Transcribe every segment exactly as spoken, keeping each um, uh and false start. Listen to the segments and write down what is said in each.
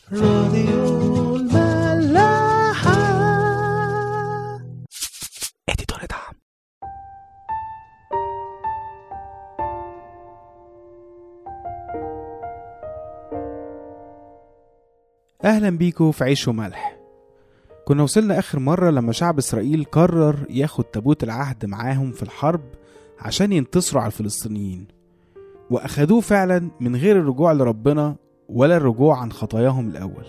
راديو الملاحة. اديتور دعم. اهلا بيكم في عيش وملح. كنا وصلنا اخر مرة لما شعب اسرائيل قرر ياخد تابوت العهد معاهم في الحرب عشان ينتصروا على الفلسطينيين، واخدوه فعلا من غير الرجوع لربنا ولا الرجوع عن خطاياهم الاول.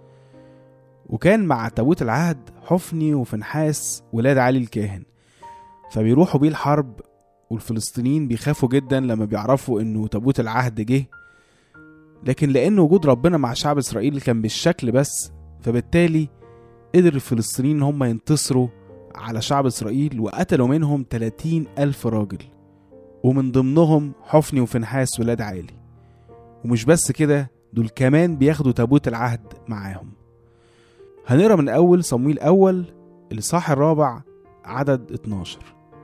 وكان مع تابوت العهد حفني وفنحاس ولاد علي الكاهن، فبيروحوا بيه الحرب، والفلسطينيين بيخافوا جدا لما بيعرفوا انه تابوت العهد جه. لكن لان وجود ربنا مع شعب اسرائيل كان بالشكل بس، فبالتالي قدر الفلسطينيين هم ينتصروا على شعب اسرائيل وقتلوا منهم ثلاثين ألف راجل، ومن ضمنهم حفني وفنحاس ولاد عالي. ومش بس كده، دول كمان بياخدوا تابوت العهد معاهم. هنقرأ من أول صمويل أول الإصحاح الرابع عدد اتناشر.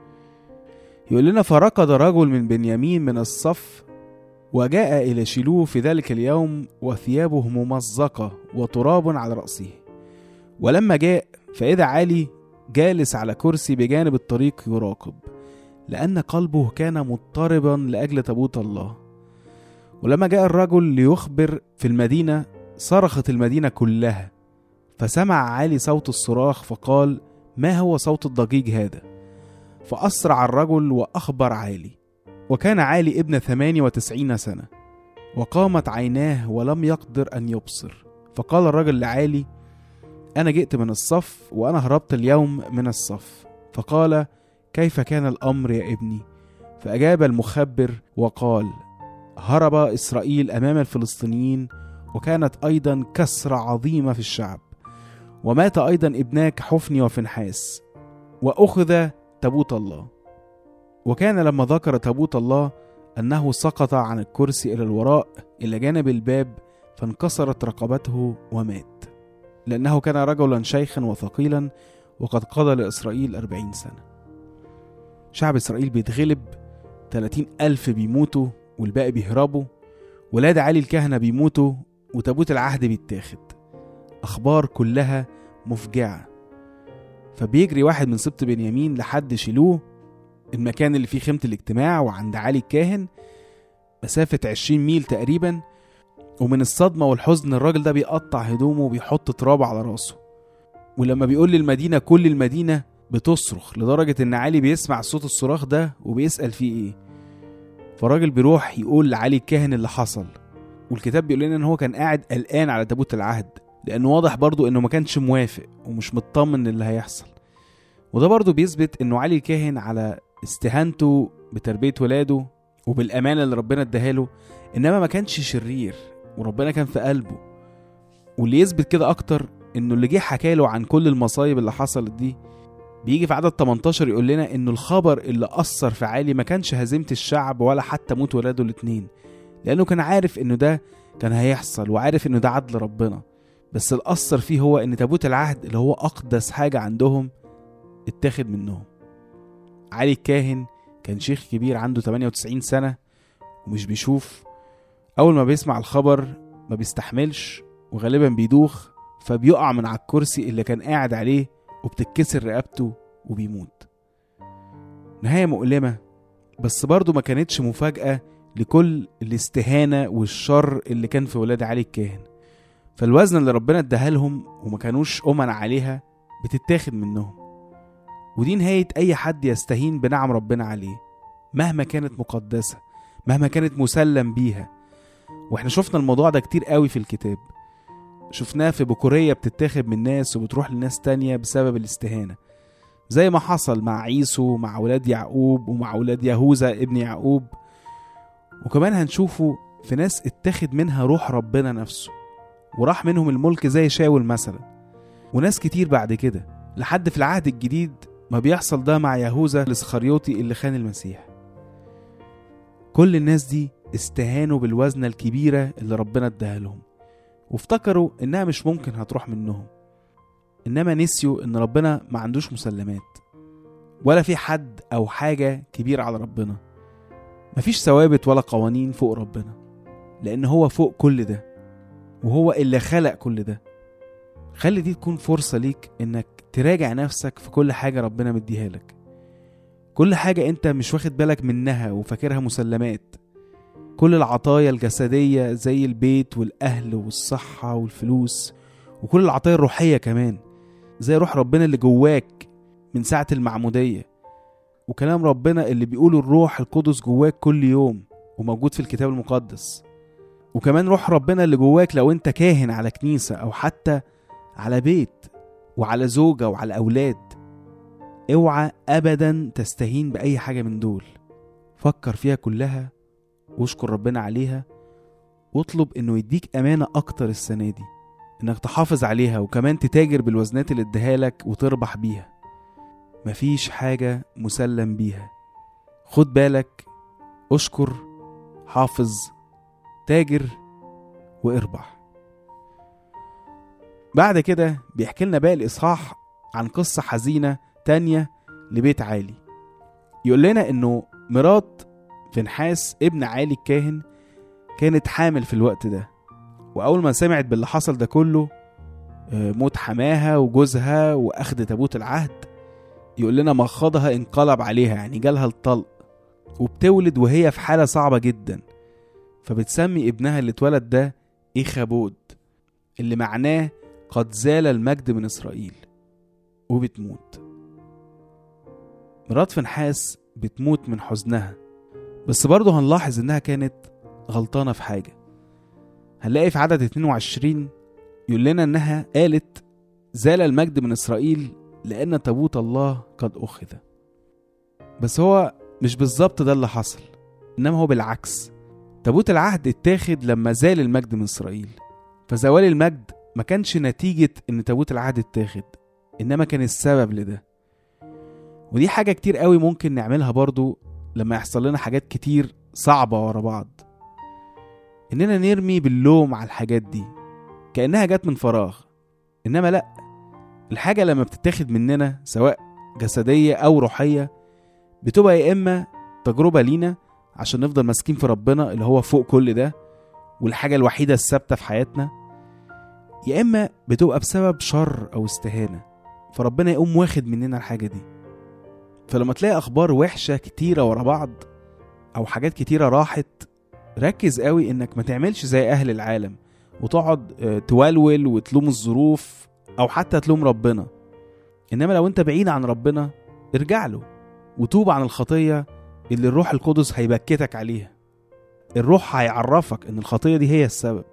يقول لنا: فركض رجل من بنيامين من الصف وجاء إلى شيلوه في ذلك اليوم وثيابه ممزقة وتراب على رأسه. ولما جاء فإذا عالي جالس على كرسي بجانب الطريق يراقب، لأن قلبه كان مضطربا لأجل تابوت الله. ولما جاء الرجل ليخبر في المدينة صرخت المدينة كلها، فسمع عالي صوت الصراخ فقال: ما هو صوت الضجيج هذا؟ فأسرع الرجل وأخبر عالي. وكان عالي ابن ثمانية وتسعين سنة، وقامت عيناه ولم يقدر أن يبصر. فقال الرجل لعالي: أنا جئت من الصف وأنا هربت اليوم من الصف. فقال: كيف كان الأمر يا ابني؟ فأجاب المخبر وقال: هرب إسرائيل أمام الفلسطينيين، وكانت أيضا كسرة عظيمة في الشعب، ومات أيضا ابناك حفني وفنحاس، وأخذ تابوت الله. وكان لما ذكر تابوت الله أنه سقط عن الكرسي إلى الوراء إلى جانب الباب، فانكسرت رقبته ومات، لأنه كان رجلا شيخا وثقيلا، وقد قضى لإسرائيل أربعين سنة. شعب إسرائيل بيتغلب، ثلاثين ألف بيموتوا والباقي بيهربوا، ولاد علي الكهنة بيموتوا، وتابوت العهد بيتاخد. أخبار كلها مفجعة. فبيجري واحد من سبط بنيامين لحد شيلوه، المكان اللي فيه خيمة الاجتماع وعند علي الكاهن، مسافة عشرين ميل تقريبا. ومن الصدمة والحزن الراجل ده بيقطع هدومه وبيحط تراب على راسه. ولما بيقول للمدينة، كل المدينة بتصرخ، لدرجة ان علي بيسمع صوت الصراخ ده وبيسأل فيه ايه. فالراجل بيروح يقول لعلي الكاهن اللي حصل. والكتاب بيقول لنا ان هو كان قاعد قلقان على تابوت العهد، لانه واضح برضو انه ما كانش موافق ومش مطمن اللي هيحصل. وده برضو بيثبت انه علي الكاهن على استهانته بتربية ولاده وبالامانة اللي ربنا اداها له، انما ما كانش شرير، وربنا كان في قلبه. واللي يثبت كده اكتر انه اللي جه حكاله عن كل المصايب اللي حصلت دي، بيجي في عدد تمنتاشر يقول لنا انه الخبر اللي اثر في عالي ما كانش هزيمة الشعب ولا حتى موت ولاده الاتنين، لانه كان عارف انه ده كان هيحصل، وعارف انه ده عدل ربنا. بس اللي اثر فيه هو ان تابوت العهد اللي هو اقدس حاجة عندهم اتاخد منهم. علي الكاهن كان شيخ كبير عنده ثمانية وتسعين سنة ومش بيشوف. اول ما بيسمع الخبر ما بيستحملش وغالبا بيدوخ، فبيقع من على الكرسي اللي كان قاعد عليه وبتتكسر رقبته وبيموت. نهاية مؤلمة، بس برضو ما كانتش مفاجأة لكل الاستهانة والشر اللي كان في ولاد علي الكاهن. فالوزن اللي ربنا اداها لهم وما كانوش أمن عليها بتتاخد منهم. ودي نهاية أي حد يستهين بنعم ربنا عليه، مهما كانت مقدسة، مهما كانت مسلم بيها. واحنا شفنا الموضوع ده كتير قوي في الكتاب. شفناه في بكورية بتتاخد من ناس وبتروح لناس تانية بسبب الاستهانة، زي ما حصل مع عيسو مع ولاد يعقوب ومع ولاد يهوذا ابن يعقوب. وكمان هنشوفه في ناس اتاخد منها روح ربنا نفسه وراح منهم الملك، زي شاول مثلا، وناس كتير بعد كده، لحد في العهد الجديد ما بيحصل ده مع يهوذا الاسخريوطي اللي خان المسيح. كل الناس دي استهانوا بالوزنة الكبيرة اللي ربنا اداها لهم، وافتكروا انها مش ممكن هتروح منهم. انما نسيوا ان ربنا ما عندوش مسلمات، ولا في حد او حاجة كبيرة على ربنا. مفيش ثوابت ولا قوانين فوق ربنا، لان هو فوق كل ده. وهو اللي خلق كل ده. خلي دي تكون فرصة ليك انك تراجع نفسك في كل حاجة ربنا مديها لك، كل حاجة انت مش واخد بالك منها وفاكرها مسلمات، كل العطايا الجسدية زي البيت والأهل والصحة والفلوس، وكل العطايا الروحية كمان زي روح ربنا اللي جواك من ساعة المعمودية، وكلام ربنا اللي بيقوله الروح القدس جواك كل يوم وموجود في الكتاب المقدس، وكمان روح ربنا اللي جواك لو انت كاهن على كنيسة او حتى على بيت وعلى زوجة وعلى أولاد. اوعى أبدا تستهين بأي حاجة من دول، فكر فيها كلها واشكر ربنا عليها، واطلب انه يديك أمانة أكتر السنة دي انك تحافظ عليها، وكمان تتاجر بالوزنات اللي اديها لك وتربح بيها. مفيش حاجة مسلم بيها، خد بالك، اشكر، حافظ، تاجر واربح. بعد كده بيحكي لنا باقي الإصحاح عن قصة حزينة تانية لبيت عالي. يقول لنا انه مرات فنحاس ابن عالي الكاهن كانت حامل في الوقت ده، واول ما سمعت باللي حصل ده كله، موت حماها وجوزها واخد تابوت العهد، يقول لنا مخاضها انقلب عليها، يعني جالها الطلق، وبتولد وهي في حالة صعبة جدا، فبتسمي ابنها اللي اتولد ده إيخابود، اللي معناه قد زال المجد من إسرائيل، وبتموت. مرات فنحاس بتموت من حزنها، بس برضه هنلاحظ انها كانت غلطانة في حاجة. هنلاقي في عدد اتنين وعشرين يقول لنا انها قالت زال المجد من إسرائيل لأن تابوت الله قد أخذ. بس هو مش بالظبط ده اللي حصل، إنما هو بالعكس. تابوت العهد اتاخد لما زال المجد من إسرائيل، فزوال المجد ما كانش نتيجة إن تابوت العهد اتاخد، إنما كان السبب لده. ودي حاجة كتير قوي ممكن نعملها برضو لما يحصل لنا حاجات كتير صعبة ورا بعض، إننا نرمي باللوم على الحاجات دي كأنها جات من فراغ. إنما لأ، الحاجة لما بتتاخد مننا سواء جسدية أو روحية بتبقى يا إما تجربة لينا عشان نفضل ماسكين في ربنا اللي هو فوق كل ده والحاجة الوحيدة الثابتة في حياتنا، يا إما بتبقى بسبب شر أو استهانة، فربنا يقوم واخد مننا الحاجة دي. فلما تلاقي أخبار وحشة كتيرة ورا بعض أو حاجات كتيرة راحت، ركز قوي إنك ما تعملش زي أهل العالم وتقعد تولول وتلوم الظروف أو حتى تلوم ربنا. إنما لو أنت بعيد عن ربنا ارجع له وتوب عن الخطية اللي الروح القدس هيبكتك عليها. الروح هيعرفك إن الخطية دي هي السبب.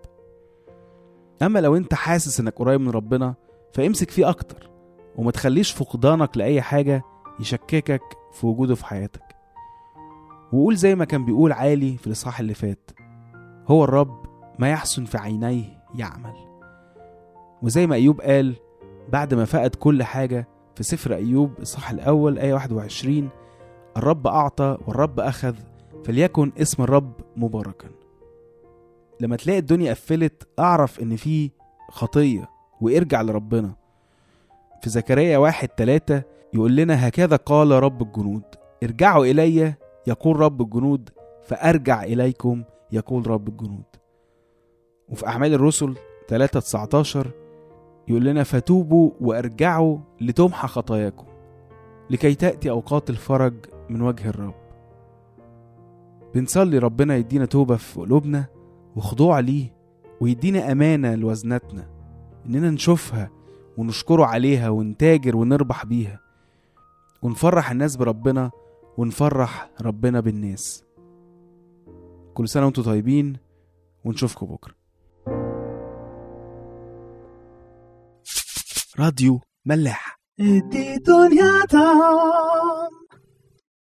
أما لو أنت حاسس إنك قريب من ربنا فامسك فيه أكتر، وما تخليش فقدانك لأي حاجة يشككك في وجوده في حياتك. وقول زي ما كان بيقول عالي في الإصحاح اللي فات، هو الرب ما يحسن في عينيه يعمل. وزي ما أيوب قال بعد ما فقد كل حاجة في سفر أيوب الإصحاح الأول آية واحد وعشرين، الرب أعطى والرب أخذ فليكن اسم الرب مباركا. لما تلاقي الدنيا قفلت أعرف إن في خطية وارجع لربنا. في زكريا واحد تلاتة يقول لنا هكذا قال رب الجنود، ارجعوا إلي يقول رب الجنود فأرجع إليكم يقول رب الجنود. وفي أعمال الرسل تلاتة تسعتاشر يقول لنا فتوبوا وارجعوا لتمحى خطاياكم لكي تأتي أوقات الفرج من وجه الرب. بنصلي ربنا يدينا توبة في قلوبنا وخضوع ليه، ويدينا أمانة لوزناتنا إننا نشوفها ونشكره عليها ونتاجر ونربح بيها، ونفرح الناس بربنا ونفرح ربنا بالناس. كل سنة وانتم طيبين، ونشوفكم بكرة. راديو ملاح.